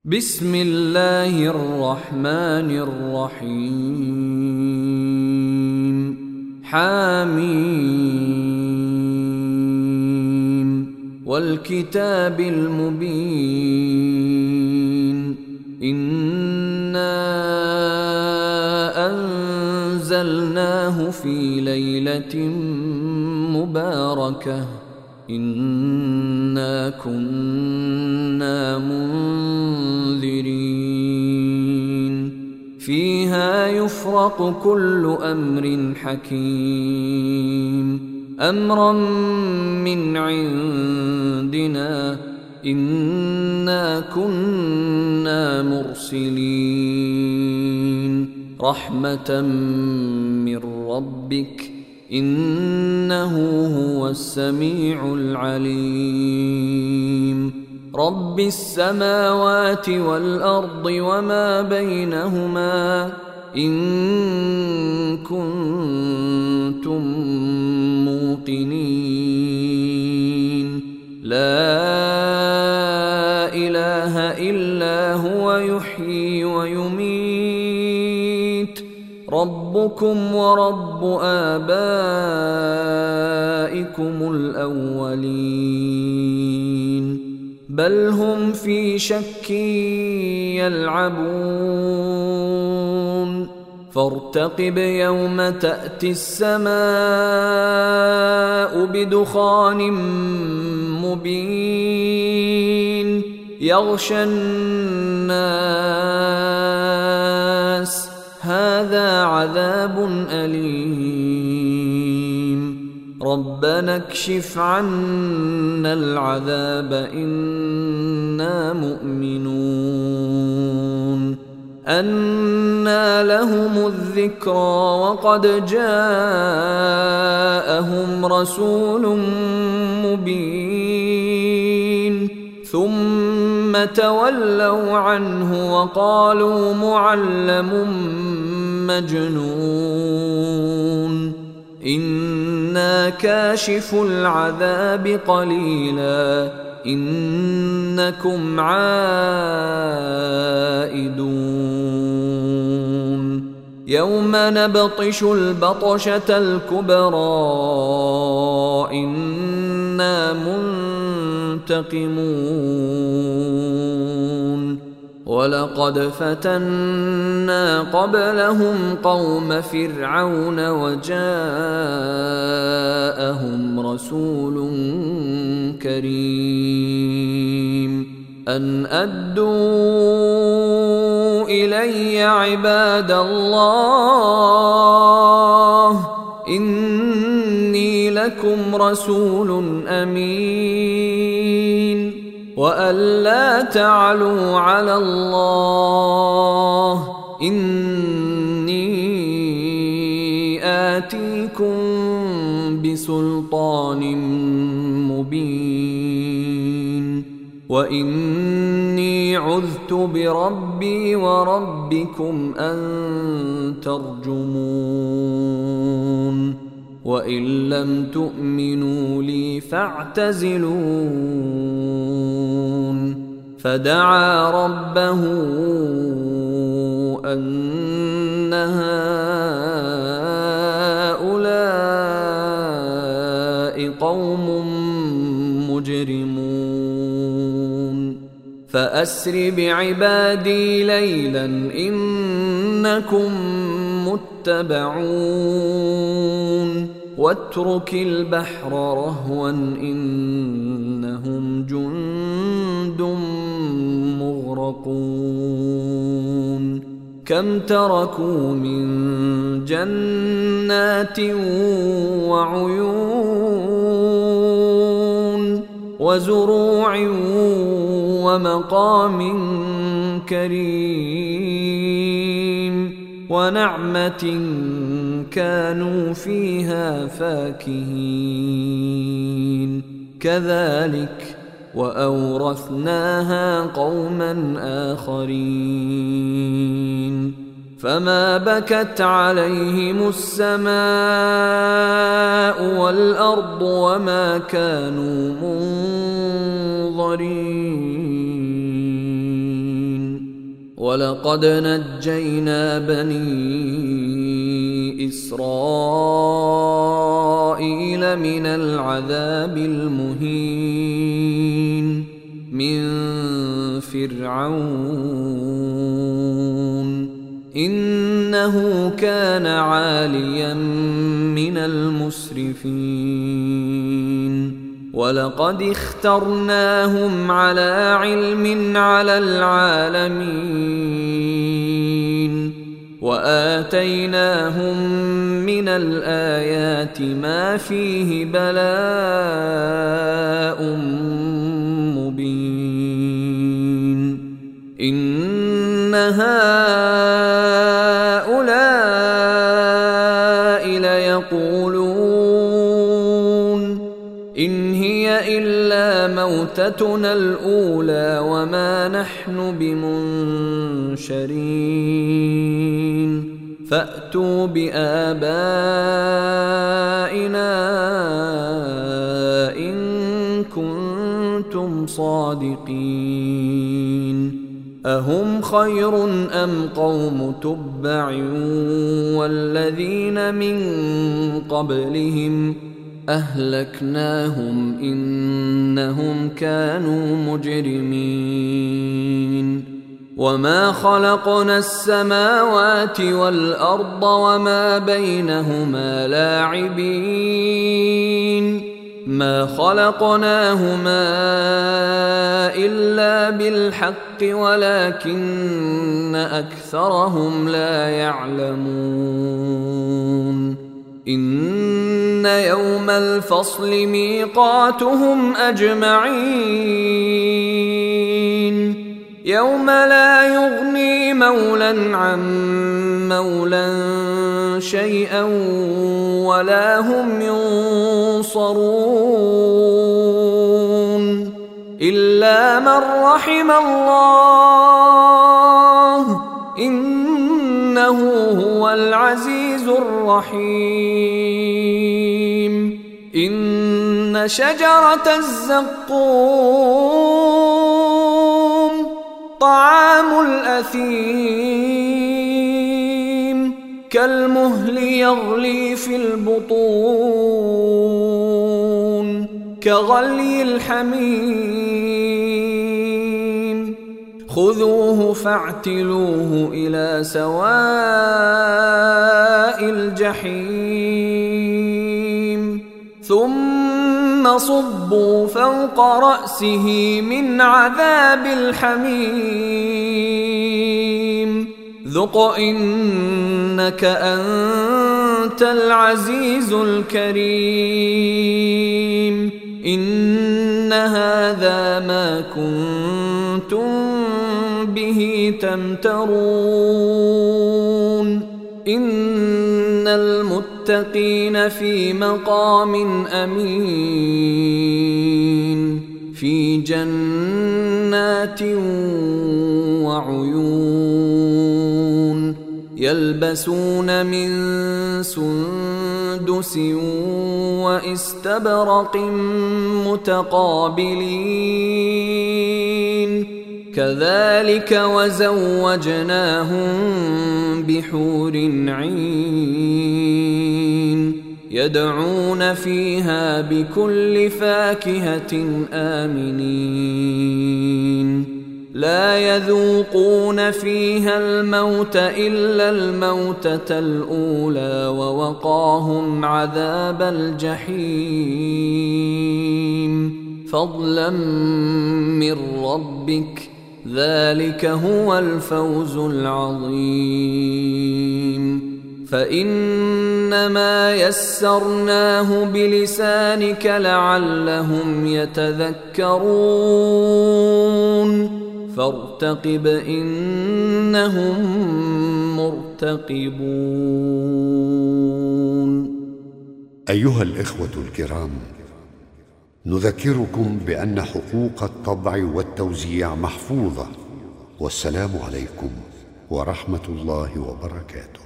بسم الله الرحمن الرحيم حميم والكتاب المبين إنا أنزلناه في ليلة مباركة إنا كنا منذرين فيها يفرق كل أمر حكيم أمرا من عندنا إنا كنا مرسلين رحمة من ربك إنه هو السميع العليم رب السماوات والأرض وما بينهما إن كنتم موقنين لا إله إلا هو يحيي ويميت ربكم ورب آبائكم الأولين بل هم في شك يلعبون فارتقب يوم تأتي السماء بدخان مبين يغشى الناس هذا عذاب أليم ربنا اكشف عنا العذاب إنا مؤمنون أنى لهم الذكرى وقد جاءهم رسول مبين ثم تولوا عنه وقالوا معلم مجنون إنا كاشف العذاب قليلا إنكم عائدون يوم نبطش البطشة الكبرى إنا منتقمون ولقد فتنا قبلهم قوم فرعون وجاءهم رسول كريم أن أدوا إلي عباد الله إني لكم رسول أمين وأن لا تعلوا على الله إني آتيكم بسلطان مبين وإني عذت بربي وربكم أن ترجمون وإن لم تؤمنوا لي فاعتزلون فدعا ربه أن هؤلاء قوم مجرمون فأسر بعبادي ليلا إنكم متبعون واترك البحر رهوا إنهم جند مغرقون كم تركوا من جنات وعيون وزروع ومقام كريم ونعمة كانوا فيها فاكهين كذلك وأورثناها قوما آخرين فما بكت عليهم السماء والأرض وما كانوا منظرين ولقد نجينا بني إسرائيل من العذاب المهين من فرعون إنه كان عاليا من المسرفين ولقد اخترناهم على علم على العالمين وآتيناهم من الآيات ما فيه بلاء مبين إن هؤلاء ليقولون إن هي إلا موتتنا الأولى وما نحن بمنشرين فأتوا بآبائنا إن كنتم صادقين أهم خير أم قوم تبع والذين من قبلهم أهلكناهم إنهم كانوا مجرمين وما خلقنا السماوات والأرض وما بينهما لاعبين ما خلقناهما إلا بالحق ولكن أكثرهم لا يعلمون إن يوم الفصل ميقاتهم أجمعين يوم لا يغني مولى عن مولى شيئا ولا هم ينصرون إلا من رحم الله إنه هو العزيز الرحيم إن شجرة الزقوم طعام الأثيم كالمهل يغلي في البطون كغلي الحميم خذوه فاعتلوه إلى سواء الجحيم ثم صبوا فوق رأسه من عذاب الحميم ذق إنك أنت العزيز الكريم إن هذا ما كنتم به تمترون إن المتقين في مقام أمين في جنات وعيون يلبسون من سندس واستبرق متقابلين كذلك وزوجناهم بحور عين يدعون فيها بكل فاكهة آمنين لا يذوقون فيها الموت إلا الموتة الأولى ووقاهم عذاب الجحيم فضلا من ربك ذلك هو الفوز العظيم فإنما يسرناه بلسانك لعلهم يتذكرون فارتقب إنهم مرتقبون. أيها الإخوة الكرام، نذكركم بأن حقوق الطبع والتوزيع محفوظة، والسلام عليكم ورحمة الله وبركاته.